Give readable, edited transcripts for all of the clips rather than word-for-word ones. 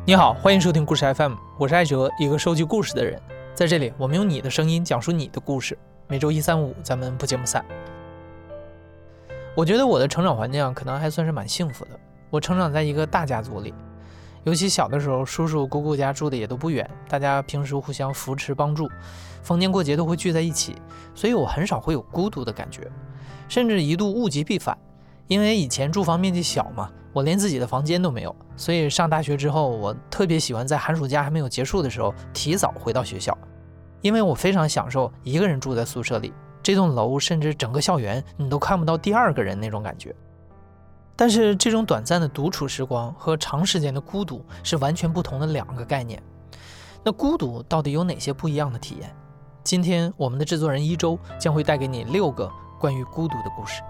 你好，欢迎收听故事 FM， 我是艾哲，一个收集故事的人。在这里，我们用你的声音讲述你的故事。每周一、三、五，咱们不见不散。我觉得我的成长环境可能还算是蛮幸福的。我成长在一个大家族里，尤其小的时候，叔叔姑姑家住的也都不远，大家平时互相扶持帮助，逢年过节都会聚在一起，所以我很少会有孤独的感觉，甚至一度物极必反。因为以前住房面积小嘛，我连自己的房间都没有，所以上大学之后，我特别喜欢在寒暑假还没有结束的时候提早回到学校，因为我非常享受一个人住在宿舍里，这栋楼甚至整个校园你都看不到第二个人那种感觉。但是这种短暂的独处时光和长时间的孤独是完全不同的两个概念。那孤独到底有哪些不一样的体验？今天我们的制作人一周将会带给你6个关于孤独的故事。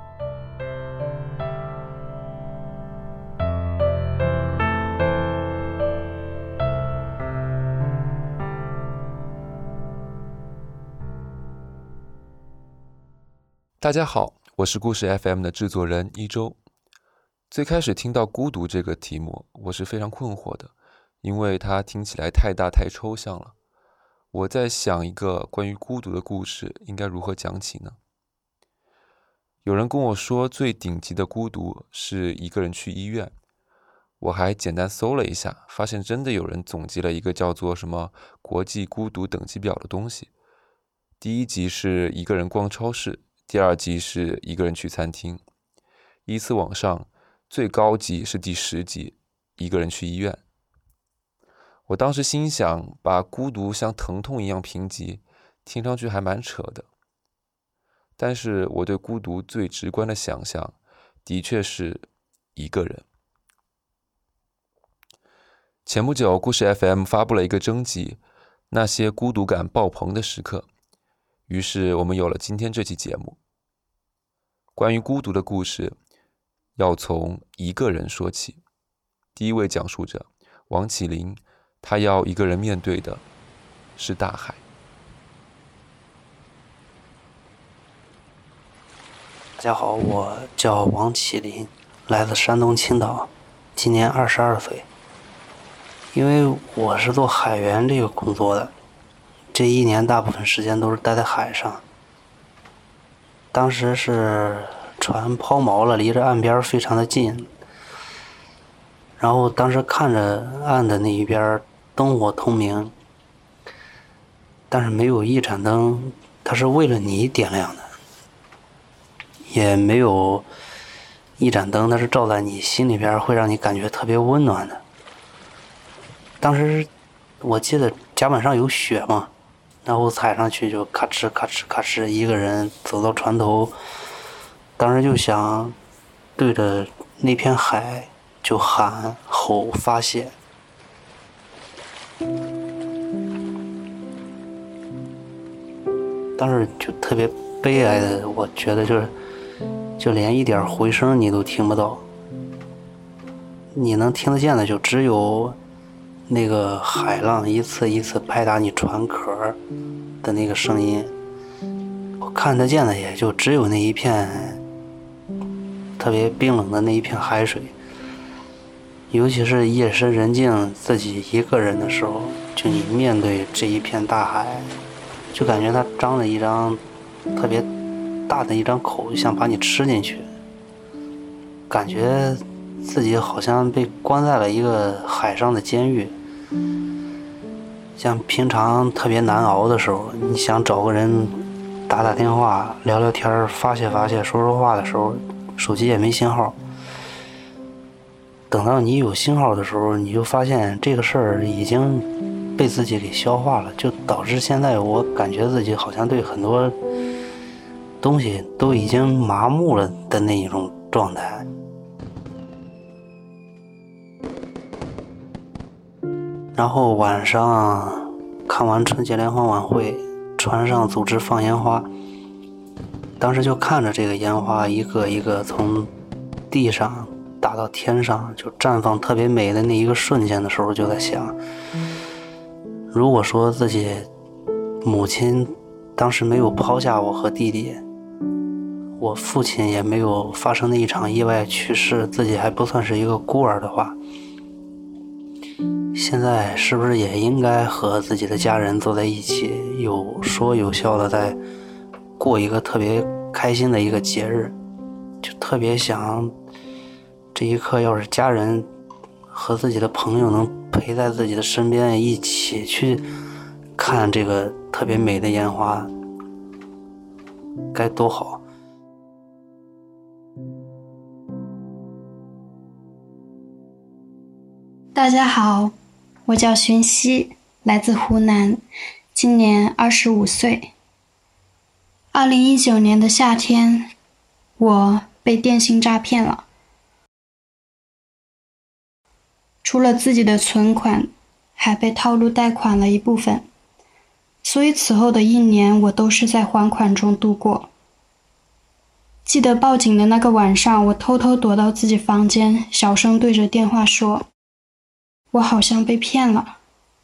大家好，我是故事 FM 的制作人一周。最开始听到孤独这个题目，我是非常困惑的，因为它听起来太大太抽象了。我在想一个关于孤独的故事应该如何讲起呢？有人跟我说最顶级的孤独是一个人去医院，我还简单搜了一下，发现真的有人总结了一个叫做什么国际孤独等级表的东西。第1级是一个人逛超市，第2级是一个人去餐厅，依次往上，最高级是第10级，一个人去医院。我当时心想，把孤独像疼痛一样评级，听上去还蛮扯的。但是我对孤独最直观的想象，的确是一个人。前不久，故事 FM 发布了一个征集，那些孤独感爆棚的时刻。于是我们有了今天这期节目。关于孤独的故事，要从一个人说起。第一位讲述者王启林，他要一个人面对的是大海。 大家好，我叫王启林，来自山东青岛，今年22岁。因为我是做海员这个工作的，这一年大部分时间都是待在海上。当时是船抛锚了，离着岸边非常的近，然后当时看着岸的那一边灯火通明，但是没有一盏灯它是为了你点亮的，也没有一盏灯它是照在你心里边会让你感觉特别温暖的。当时我记得甲板上有雪嘛，然后踩上去就咔哧咔哧咔哧，一个人走到船头，当时就想对着那片海就喊吼发泄。当时就特别悲哀的，我觉得就连一点回声你都听不到，你能听得见的就只有那个海浪一次一次拍打你船壳的那个声音，我看得见的也就只有那一片特别冰冷的那一片海水。尤其是夜深人静自己一个人的时候，就你面对这一片大海，就感觉它张着一张特别大的一张口，想把你吃进去，感觉自己好像被关在了一个海上的监狱。像平常特别难熬的时候，你想找个人打打电话聊聊天发泄发泄说说话的时候，手机也没信号。等到你有信号的时候，你就发现这个事儿已经被自己给消化了，就导致现在我感觉自己好像对很多东西都已经麻木了的那一种状态。然后晚上看完春节联欢晚会，船上组织放烟花，当时就看着这个烟花一个一个从地上打到天上，就绽放特别美的那一个瞬间的时候，就在想，如果说自己母亲当时没有抛下我和弟弟，我父亲也没有发生那一场意外去世，自己还不算是一个孤儿的话， 现在是不是也应该和自己的家人坐在一起，有说有笑的在过一个特别开心的一个节日？就特别想这一刻要是家人和自己的朋友能陪在自己的身边，一起去看这个特别美的烟花，该多好。 大家好，我叫荀熙，来自湖南，今年25岁。2019年的夏天，我被电信诈骗了。除了自己的存款，还被套路贷款了一部分，所以此后的1年我都是在还款中度过。记得报警的那个晚上，我偷偷躲到自己房间，小声对着电话说，我好像被骗了。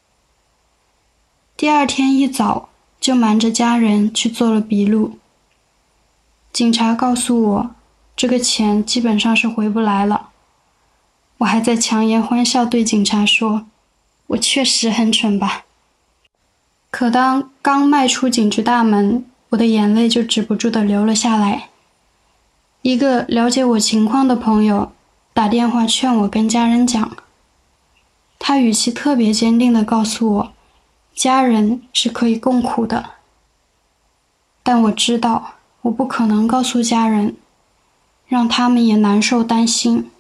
第二天一早就瞒着家人去做了笔录。警察告诉我，这个钱基本上是回不来了。我还在强颜欢笑对警察说，我确实很蠢吧。可当刚迈出警局大门，我的眼泪就止不住地流了下来。一个了解我情况的朋友打电话劝我跟家人讲，他语气特别坚定地告诉我，家人是可以共苦的。但我知道我不可能告诉家人，让他们也难受担心。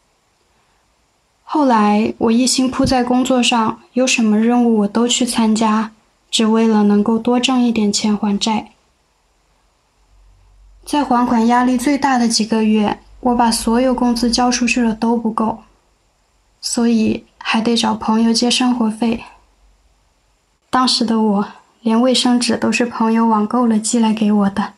后来我一心扑在工作上，有什么任务我都去参加，只为了能够多挣一点钱还债。在还款压力最大的几个月，我把所有工资交出去了都不够，所以还得找朋友借生活费。当时的我连卫生纸都是朋友网购了寄来给我的。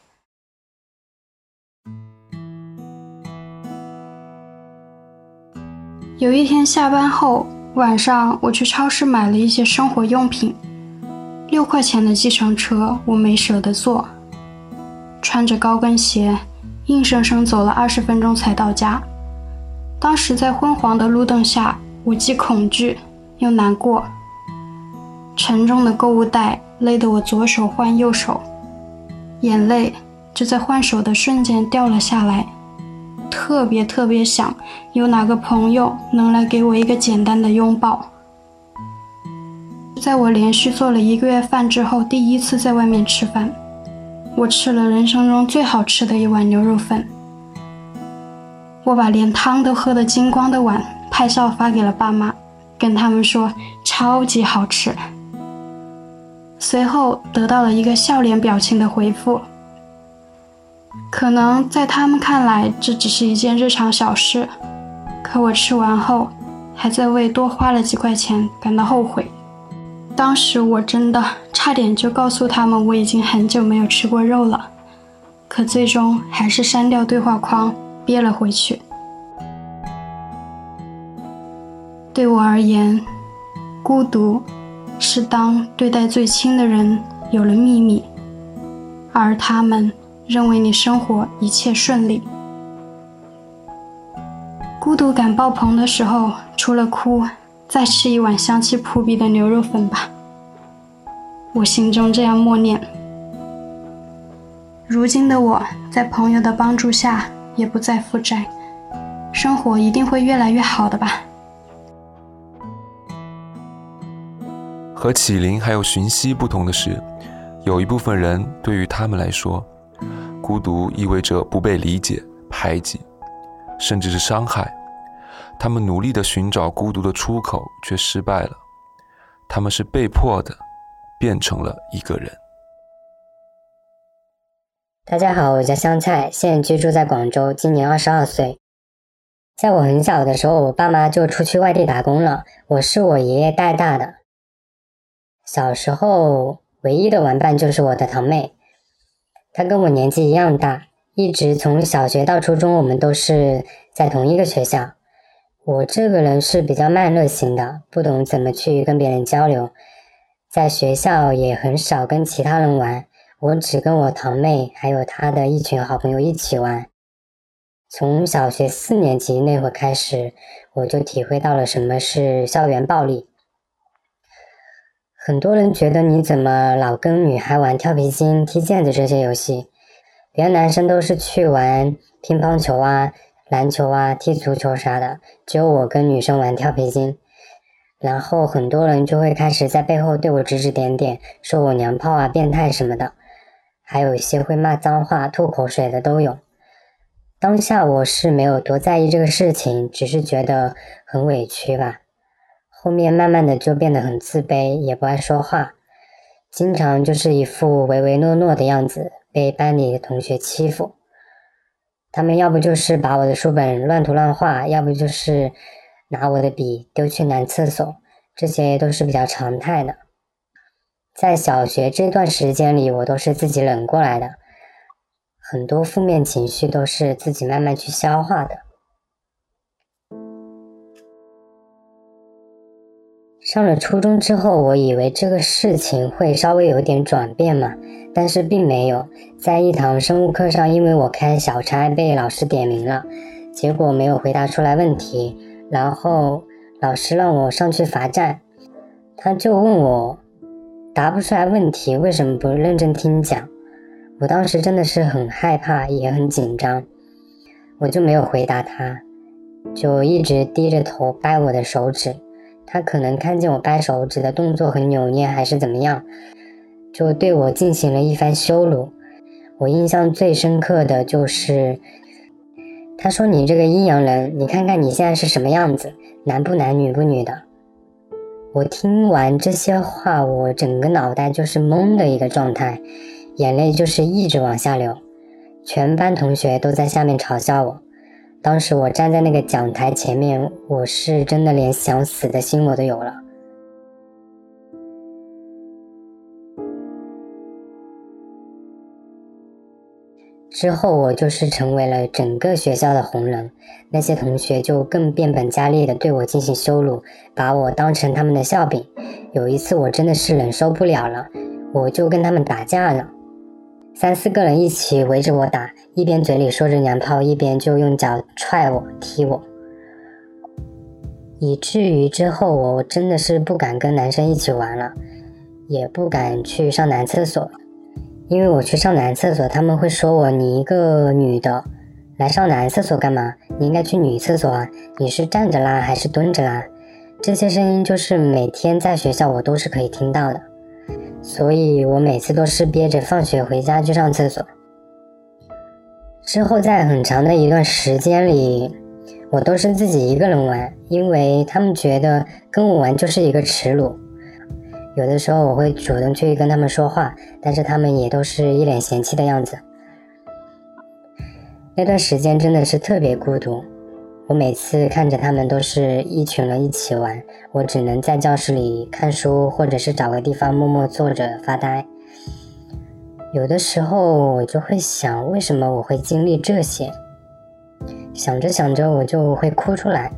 有一天下班后，晚上我去超市买了一些生活用品，6块钱的计程车我没舍得坐，穿着高跟鞋硬生生走了20分钟才到家。当时在昏黄的路灯下，我既恐惧又难过，沉重的购物袋勒得我左手换右手，眼泪就在换手的瞬间掉了下来，特别想有哪个朋友能来给我一个简单的拥抱。在我连续做了1个月饭之后，第一次在外面吃饭，我吃了人生中最好吃的一碗牛肉粉。我把连汤都喝得精光的碗拍照发给了爸妈，跟他们说超级好吃。随后得到了一个笑脸表情的回复。可能在他们看来这只是一件日常小事，可我吃完后还在为多花了几块钱感到后悔。当时我真的差点就告诉他们我已经很久没有吃过肉了，可最终还是删掉对话框憋了回去。对我而言，孤独是当对待最亲的人有了秘密，而他们认为你生活一切顺利。孤独感爆棚的时候，除了哭，再吃一碗香气扑鼻的牛肉粉吧。我心中这样默念。如今的我在朋友的帮助下也不再负债，生活一定会越来越好的吧。 和启林还有荀熙不同的是，有一部分人对于他们来说，孤独意味着不被理解、排挤，甚至是伤害。他们努力地寻找孤独的出口，却失败了。他们是被迫的变成了一个人。 大家好，我叫香菜，现居住在广州，今年22岁。在我很小的时候，我爸妈就出去外地打工了，我是我爷爷带大的。小时候唯一的玩伴就是我的堂妹，她跟我年纪一样大，一直从小学到初中我们都是在同一个学校。我这个人是比较慢热型的，不懂怎么去跟别人交流，在学校也很少跟其他人玩，我只跟我堂妹还有她的一群好朋友一起玩。从小学4年级那会开始，我就体会到了什么是校园暴力。 很多人觉得你怎么老跟女孩玩跳皮筋、踢毽子这些游戏，别的男生都是去玩乒乓球啊、篮球啊、踢足球啥的，只有我跟女生玩跳皮筋。然后很多人就会开始在背后对我指指点点，说我娘炮啊、变态什么的，还有一些会骂脏话、吐口水的都有。当下我是没有多在意这个事情，只是觉得很委屈吧。后面慢慢的就变得很自卑，也不爱说话，经常就是一副唯唯诺诺的样子，被班里的同学欺负。他们要不就是把我的书本乱涂乱画，要不就是拿我的笔丢去男厕所，这些都是比较常态的。在小学这段时间里，我都是自己忍过来的，很多负面情绪都是自己慢慢去消化的。上了初中之后，我以为这个事情会稍微有点转变嘛，但是并没有。在一堂生物课上，因为我开小差被老师点名了，结果没有回答出来问题，然后老师让我上去罚站，他就问我答不出来问题为什么不认真听讲。我当时真的是很害怕也很紧张，我就没有回答他，就一直低着头掰我的手指。他可能看见我掰手指的动作很扭捏还是怎么样，就对我进行了一番羞辱。我印象最深刻的就是他说，你这个阴阳人，你看看你现在是什么样子，男不男女不女的。我听完这些话，我整个脑袋就是懵的一个状态，眼泪就是一直往下流，全班同学都在下面嘲笑我。当时我站在那个讲台前面，我是真的连想死的心我都有了。之后我就是成为了整个学校的红人，那些同学就更变本加厉的对我进行羞辱，把我当成他们的笑柄。有一次我真的是忍受不了了，我就跟他们打架了。3-4个人一起围着我打，一边嘴里说着娘炮，一边就用脚踹我、踢我，以至于之后我真的是不敢跟男生一起玩了，也不敢去上男厕所，因为我去上男厕所，他们会说我，你一个女的来上男厕所干嘛？你应该去女厕所啊，你是站着拉还是蹲着拉？这些声音就是每天在学校我都是可以听到的。所以我每次都是憋着放学回家去上厕所。之后在很长的一段时间里，我都是自己一个人玩，因为他们觉得跟我玩就是一个耻辱。有的时候我会主动去跟他们说话，但是他们也都是一脸嫌弃的样子。那段时间真的是特别孤独，我每次看着他们都是一群人一起玩，我只能在教室里看书，或者是找个地方默默坐着发呆。有的时候我就会想，为什么我会经历这些？想着想着我就会哭出来。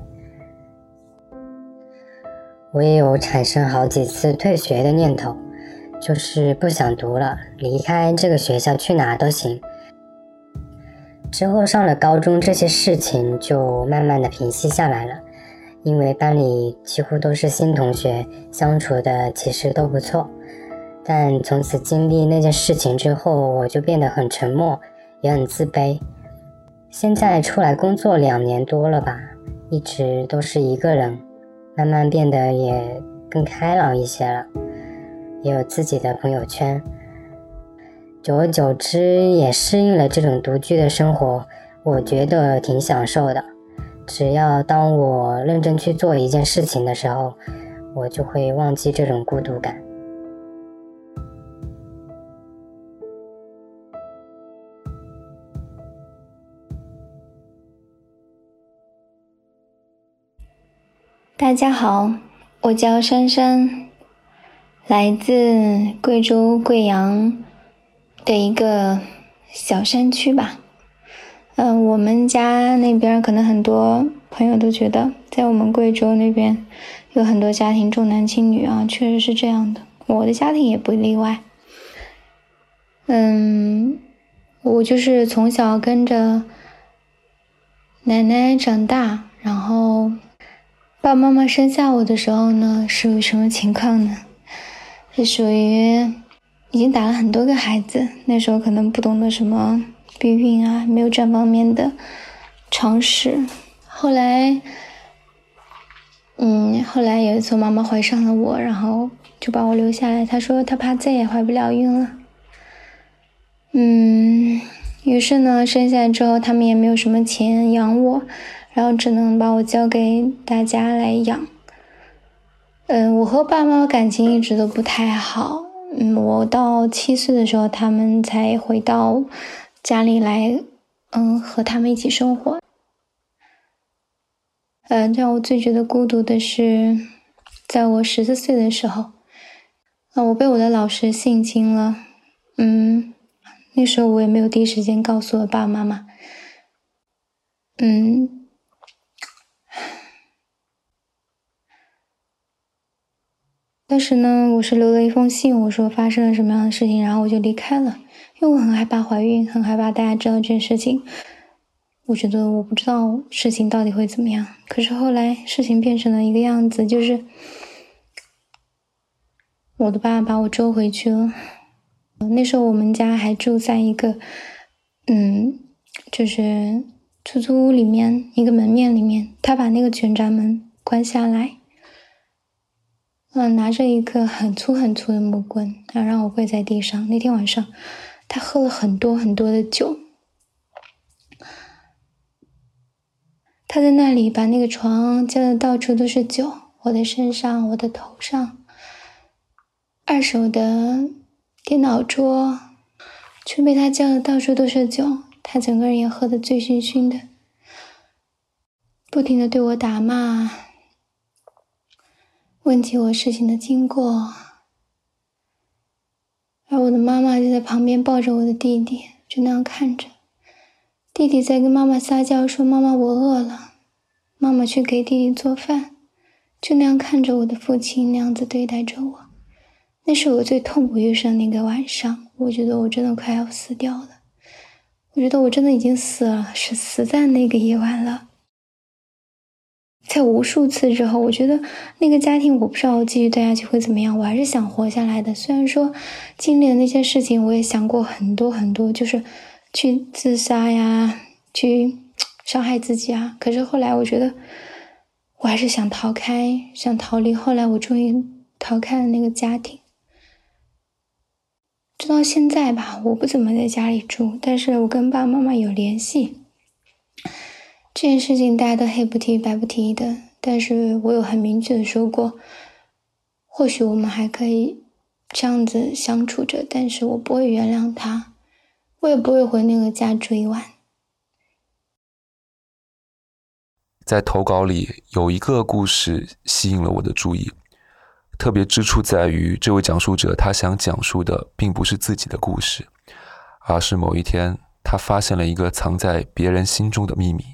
我也有产生好几次退学的念头，就是不想读了，离开这个学校去哪都行。之后上了高中，这些事情就慢慢的平息下来了，因为班里几乎都是新同学，相处的其实都不错。但从此经历那件事情之后，我就变得很沉默，也很自卑。现在出来工作2年多了吧，一直都是一个人，慢慢变得也更开朗一些了，也有自己的朋友圈。久而久之也适应了这种独居的生活，我觉得挺享受的。只要当我认真去做一件事情的时候，我就会忘记这种孤独感。 大家好，我叫珊珊，来自贵州贵阳的一个小山区吧。我们家那边可能很多朋友都觉得，在我们贵州那边有很多家庭重男轻女啊，确实是这样的，我的家庭也不例外。我就是从小跟着奶奶长大，然后爸爸妈妈生下我的时候呢，是什么情况呢？ 是属于已经打了很多个孩子，那时候可能不懂得什么避孕啊，没有这方面的常识。后来有一次妈妈怀上了我，然后就把我留下来，她说她怕再也怀不了孕了。于是呢，生下来之后他们也没有什么钱养我，然后只能把我交给大家来养。我和爸妈感情一直都不太好。我到7岁的时候，他们才回到家里来，和他们一起生活。让我最觉得孤独的是，在我14岁的时候，我被我的老师性侵了。那时候我也没有第一时间告诉我爸爸妈妈。当时呢，我是留了一封信，我说发生了什么样的事情，然后我就离开了，因为我很害怕怀孕，很害怕大家知道这件事情。我觉得我不知道事情到底会怎么样，可是后来事情变成了一个样子，就是我的爸爸把我捉回去了。那时候我们家还住在一个就是出租屋里面，一个门面里面，他把那个卷闸门关下来，拿着一个很粗很粗的木棍，然后让我跪在地上。那天晚上他喝了很多很多的酒，他在那里把那个床浇得到处都是酒，我的身上，我的头上，2手的电脑桌全被他浇得到处都是酒，他整个人也喝得醉醺醺的，不停地对我打骂，问起我事情的经过。而我的妈妈就在旁边抱着我的弟弟，就那样看着。弟弟在跟妈妈撒娇说，妈妈我饿了，妈妈去给弟弟做饭，就那样看着我的父亲那样子对待着我。那是我最痛不欲生那个晚上，我觉得我真的快要死掉了，我觉得我真的已经死了，是死在那个夜晚了。在无数次之后，我觉得那个家庭我不知道继续待下去会怎么样，我还是想活下来的。虽然说经历了那些事情，我也想过很多很多，就是去自杀呀，去伤害自己啊，可是后来我觉得我还是想逃开，想逃离。后来我终于逃开了那个家庭。直到现在吧，我不怎么在家里住，但是我跟爸爸妈妈有联系。这件事情大家都黑不提白不提的，但是我有很明确的说过，或许我们还可以这样子相处着，但是我不会原谅他，我也不会回那个家住一晚。 在投稿里有一个故事吸引了我的注意，特别之处在于这位讲述者他想讲述的并不是自己的故事，而是某一天他发现了一个藏在别人心中的秘密。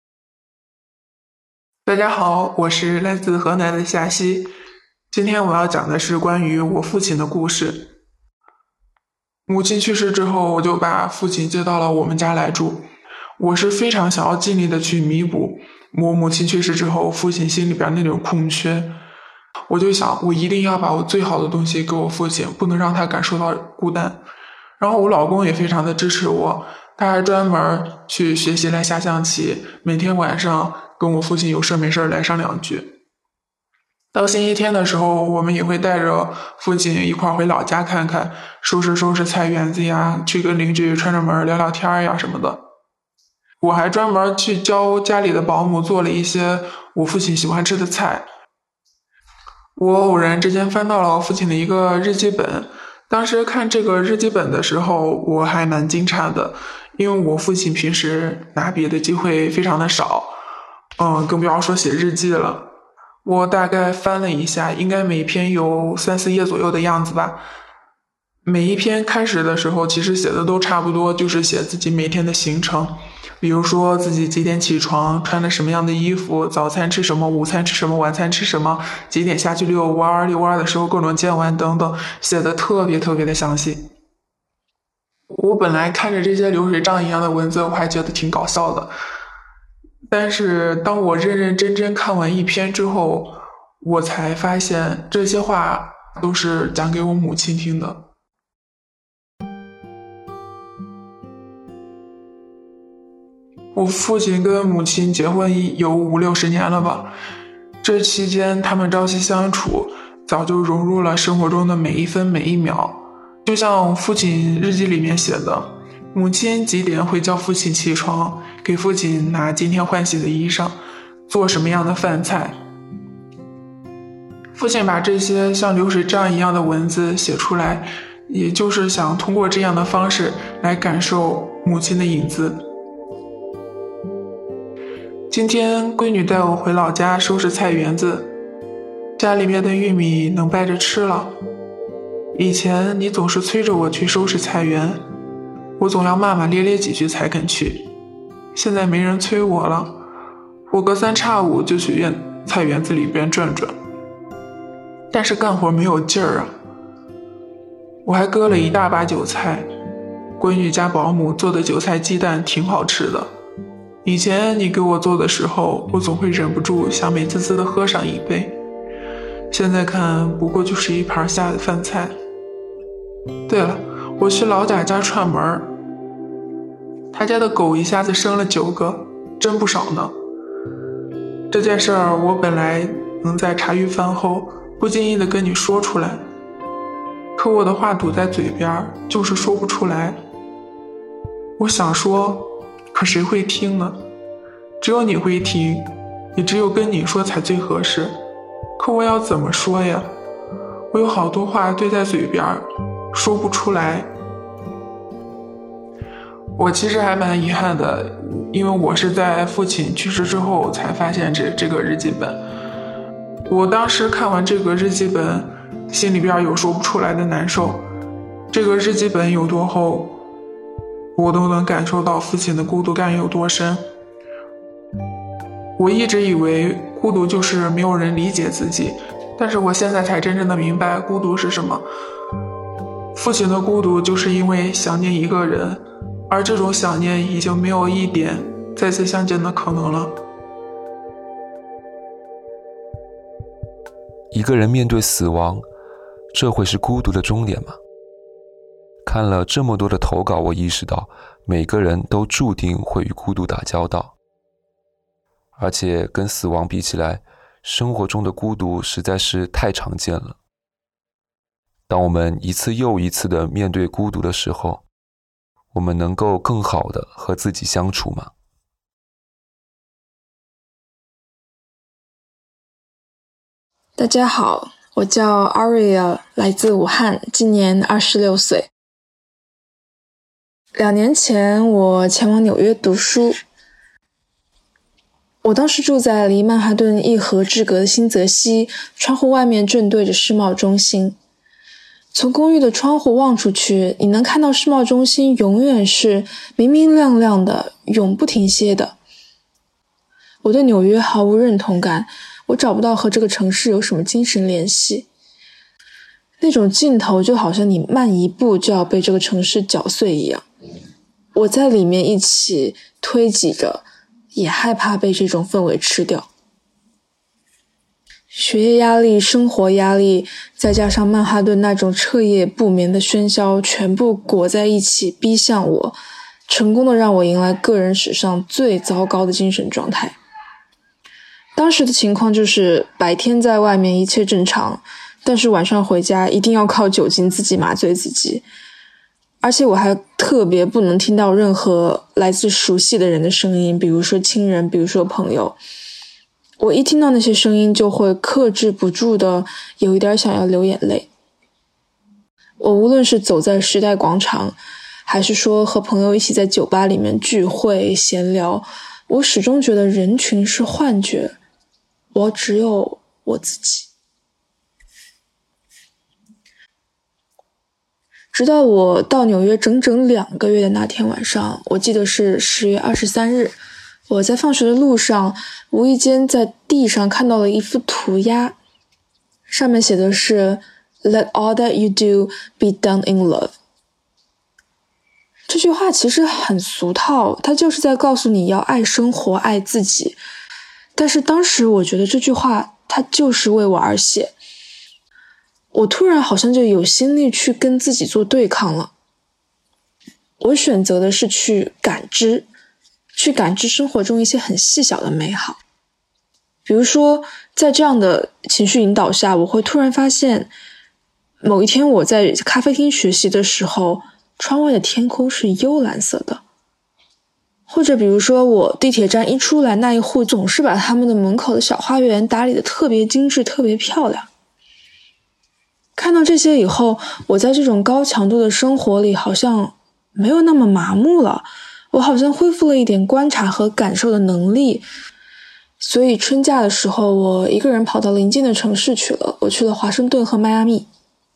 大家好，我是来自河南的夏曦。今天我要讲的是关于我父亲的故事。母亲去世之后，我就把父亲接到了我们家来住。我是非常想要尽力的去弥补我母亲去世之后父亲心里边那种空缺。我就想，我一定要把我最好的东西给我父亲，不能让他感受到孤单。然后我老公也非常的支持我，他还专门去学习来下象棋，每天晚上跟我父亲有事没事来上2局。到星期天的时候，我们也会带着父亲一块回老家看看，收拾菜园子呀，去跟邻居串串门聊聊天呀什么的。我还专门去教家里的保姆做了一些我父亲喜欢吃的菜。我偶然之间翻到了我父亲的一个日记本，当时看这个日记本的时候，我还蛮惊诧的，因为我父亲平时拿笔的机会非常的少，更不要说写日记了。我大概翻了一下，应该每篇有3-4页左右的样子吧。每一篇开始的时候其实写的都差不多，就是写自己每天的行程，比如说自己几点起床，穿了什么样的衣服，早餐吃什么，午餐吃什么，晚餐吃什么，几点下去遛弯的时候各种见闻等等，写的特别的详细。我本来看着这些流水账一样的文字，我还觉得挺搞笑的，但是当我认认真真看完一篇之后，我才发现这些话都是讲给我母亲听的。我父亲跟母亲结婚有50-60年了吧，这期间他们朝夕相处，早就融入了生活中的每一分每一秒。就像父亲日记里面写的，母亲几点会叫父亲起床，给父亲拿今天换洗的衣裳，做什么样的饭菜。父亲把这些像流水账一样的文字写出来，也就是想通过这样的方式来感受母亲的影子。今天闺女带我回老家收拾菜园子，家里面的玉米能掰着吃了。以前你总是催着我去收拾菜园，我总要骂骂咧咧几句才肯去。现在没人催我了，我隔三差五就去菜园子里边转转，但是干活没有劲儿啊。我还割了一大把韭菜，闺女家保姆做的韭菜鸡蛋挺好吃的。以前你给我做的时候，我总会忍不住想美滋滋的喝上一杯，现在看不过就是一盘下的饭菜。对了，我去老贾家串门，他家的狗一下子生了9个，真不少呢。这件事儿我本来能在茶余饭后不经意的跟你说出来，可我的话堵在嘴边，就是说不出来。我想说，可谁会听呢？只有你会听，也只有跟你说才最合适。可我要怎么说呀？我有好多话堆在嘴边，说不出来。我其实还蛮遗憾的，因为我是在父亲去世之后才发现这个日记本。我当时看完这个日记本，心里边有说不出来的难受。这个日记本有多厚，我都能感受到父亲的孤独感有多深。我一直以为孤独就是没有人理解自己，但是我现在才真正的明白孤独是什么。父亲的孤独就是因为想念一个人，而这种想念已经没有一点再次相见的可能了。 一个人面对死亡，这会是孤独的终点吗？看了这么多的投稿，我意识到每个人都注定会与孤独打交道，而且跟死亡比起来，生活中的孤独实在是太常见了。当我们一次又一次的面对孤独的时候，我们能够更好的和自己相处吗？ 大家好，我叫 Aria， 来自武汉，今年26岁。2年前我前往纽约读书，我当时住在离曼哈顿1河之隔的新泽西，窗户外面正对着世贸中心。从公寓的窗户望出去，你能看到世贸中心永远是明明亮亮的，永不停歇的。我对纽约毫无认同感，我找不到和这个城市有什么精神联系。那种劲头就好像你慢一步就要被这个城市搅碎一样。我在里面一起推挤着，也害怕被这种氛围吃掉。学业压力、生活压力，再加上曼哈顿那种彻夜不眠的喧嚣，全部裹在一起逼向我，成功的让我迎来个人史上最糟糕的精神状态。当时的情况就是白天在外面一切正常，但是晚上回家一定要靠酒精自己麻醉自己。而且我还特别不能听到任何来自熟悉的人的声音，比如说亲人，比如说朋友。我一听到那些声音就会克制不住的有一点想要流眼泪。我无论是走在时代广场，还是说和朋友一起在酒吧里面聚会闲聊，我始终觉得人群是幻觉，我只有我自己。直到我到纽约整整2个月的那天晚上，我记得是10月23日，我在放学的路上无意间在地上看到了一幅涂鸦，上面写的是 Let all that you do be done in love。 这句话其实很俗套，它就是在告诉你要爱生活，爱自己。但是当时我觉得这句话它就是为我而写。 我突然好像就有心力去跟自己做对抗了。我选择的是去感知生活中一些很细小的美好。比如说，在这样的情绪引导下，我会突然发现，某一天我在咖啡厅学习的时候，窗外的天空是幽蓝色的。或者比如说，我地铁站一出来，那一户总是把他们的门口的小花园打理得特别精致，特别漂亮。看到这些以后，我在这种高强度的生活里好像没有那么麻木了，我好像恢复了一点观察和感受的能力。所以春假的时候，我一个人跑到邻近的城市去了，我去了华盛顿和迈阿密。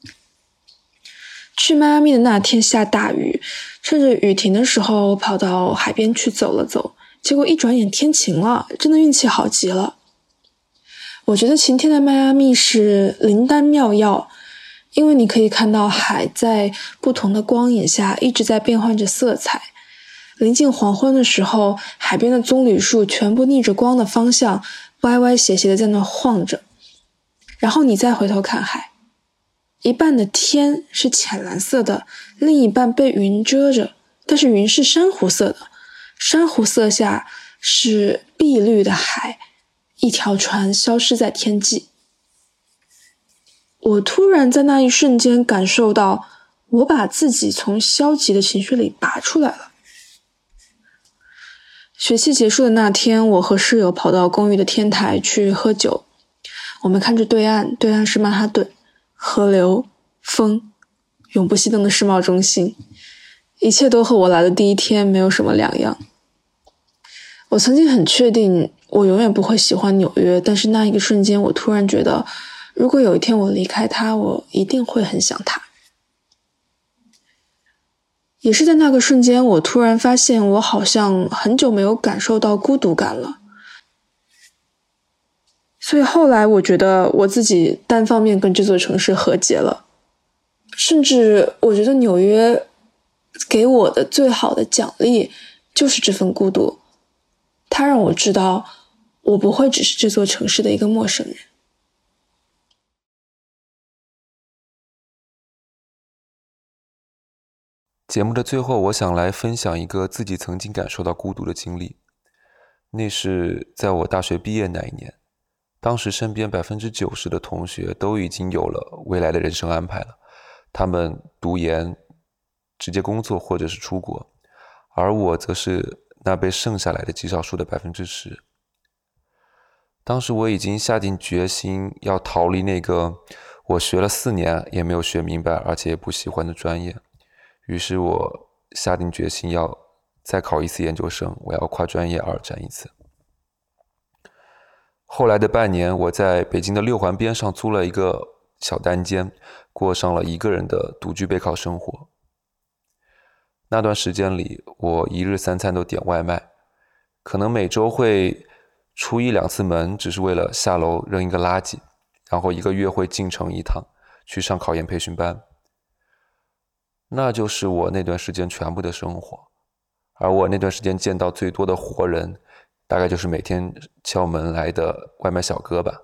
去迈阿密的那天下大雨，趁着雨停的时候，我跑到海边去走了走，结果一转眼天晴了，真的运气好极了。我觉得晴天的迈阿密是灵丹妙药，因为你可以看到海在不同的光影下一直在变换着色彩。临近黄昏的时候，海边的棕榈树全部逆着光的方向歪歪斜斜的在那晃着，然后你再回头看海，一半的天是浅蓝色的，另一半被云遮着，但是云是珊瑚色的，珊瑚色下是碧绿的海，一条船消失在天际。我突然在那一瞬间感受到，我把自己从消极的情绪里拔出来了。学期结束的那天，我和室友跑到公寓的天台去喝酒。我们看着对岸，对岸是曼哈顿，河流、风，永不熄灯的世贸中心，一切都和我来的第一天没有什么两样。我曾经很确定我永远不会喜欢纽约，但是那一个瞬间，我突然觉得，如果有一天我离开它，我一定会很想它。也是在那个瞬间，我突然发现我好像很久没有感受到孤独感了。所以后来我觉得我自己单方面跟这座城市和解了，甚至我觉得纽约给我的最好的奖励就是这份孤独，它让我知道我不会只是这座城市的一个陌生人。 节目的最后，我想来分享一个自己曾经感受到孤独的经历。那是在我大学毕业那一年，当时身边 90% 的同学都已经有了未来的人生安排了，他们读研、直接工作或者是出国，而我则是那被剩下来的极少数的 10%。当时我已经下定决心要逃离那个我学了4年也没有学明白而且也不喜欢的专业，于是我下定决心要再考一次研究生，我要跨专业2战一次。后来的半年，我在北京的6环边上租了一个小单间，过上了一个人的独居备考生活。那段时间里，我1日3餐都点外卖，可能每周会出1-2次门，只是为了下楼扔一个垃圾，然后1个月会进城一趟，去上考研培训班。那就是我那段时间全部的生活，而我那段时间见到最多的活人，大概就是每天敲门来的外卖小哥吧。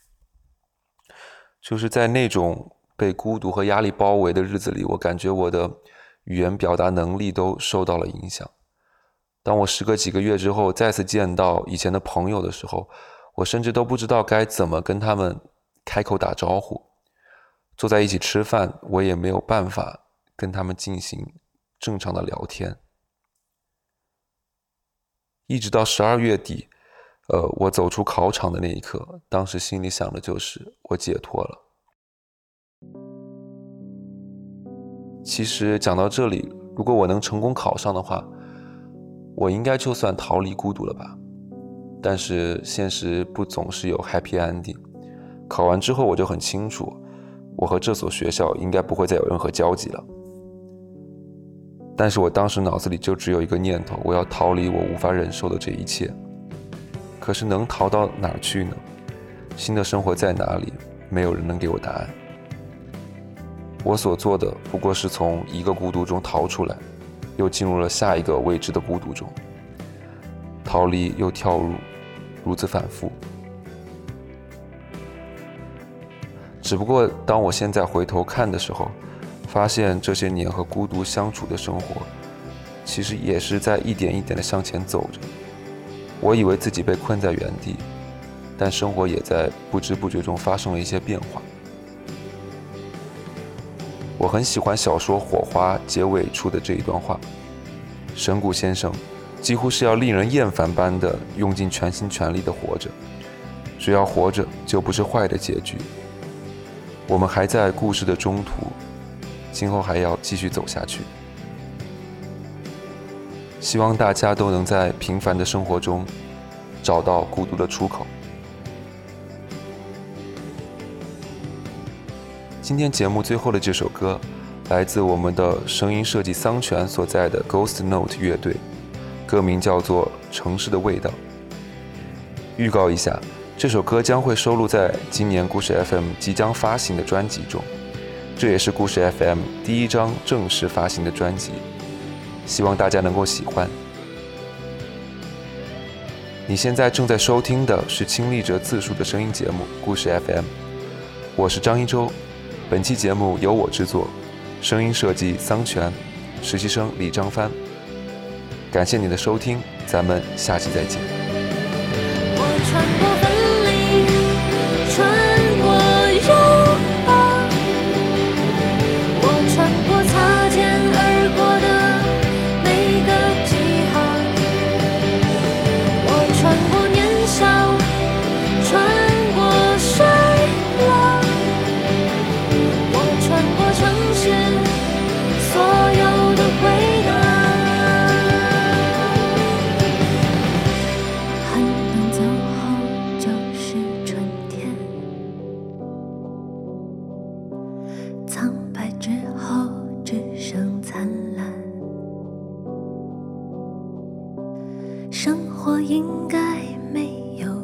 就是在那种被孤独和压力包围的日子里，我感觉我的语言表达能力都受到了影响。当我时隔几个月之后再次见到以前的朋友的时候，我甚至都不知道该怎么跟他们开口打招呼。坐在一起吃饭，我也没有办法跟他们进行正常的聊天。一直到12月底，我走出考场的那一刻，当时心里想的就是我解脱了。其实讲到这里，如果我能成功考上的话，我应该就算逃离孤独了吧。但是现实不总是有 happy ending。考完之后我就很清楚，我和这所学校应该不会再有任何交集了。但是我当时脑子里就只有一个念头，我要逃离我无法忍受的这一切。可是能逃到哪儿去呢？新的生活在哪里？没有人能给我答案。我所做的不过是从一个孤独中逃出来，又进入了下一个未知的孤独中，逃离又跳入，如此反复。 只不过当我现在回头看的时候，发现这些年和孤独相处的生活，其实也是在一点一点的向前走着。我以为自己被困在原地，但生活也在不知不觉中发生了一些变化。我很喜欢小说《火花》结尾处的这一段话，神谷先生几乎是要令人厌烦般的用尽全心全力的活着，只要活着就不是坏的结局。我们还在故事的中途，今后还要继续走下去。希望大家都能在平凡的生活中找到孤独的出口。今天节目最后的这首歌来自我们的声音设计桑泉所在的 Ghost Note 乐队，歌名叫做《城市的味道》。预告一下，这首歌将会收录在今年故事 FM 即将发行的专辑中，这也是故事 FM 第一张正式发行的专辑，希望大家能够喜欢。你现在正在收听的是亲历者自述的声音节目故事 FM， 我是张一舟。本期节目由我制作，声音设计桑泉，实习生李张帆。感谢你的收听，咱们下期再见。 我穿过分离，穿过拥抱，我穿过擦肩而过的每个记号，我穿过年少，穿过衰老，我穿过城市所有的回答，寒冷走后就是春天，苍白之后只剩灿烂，生活应该没有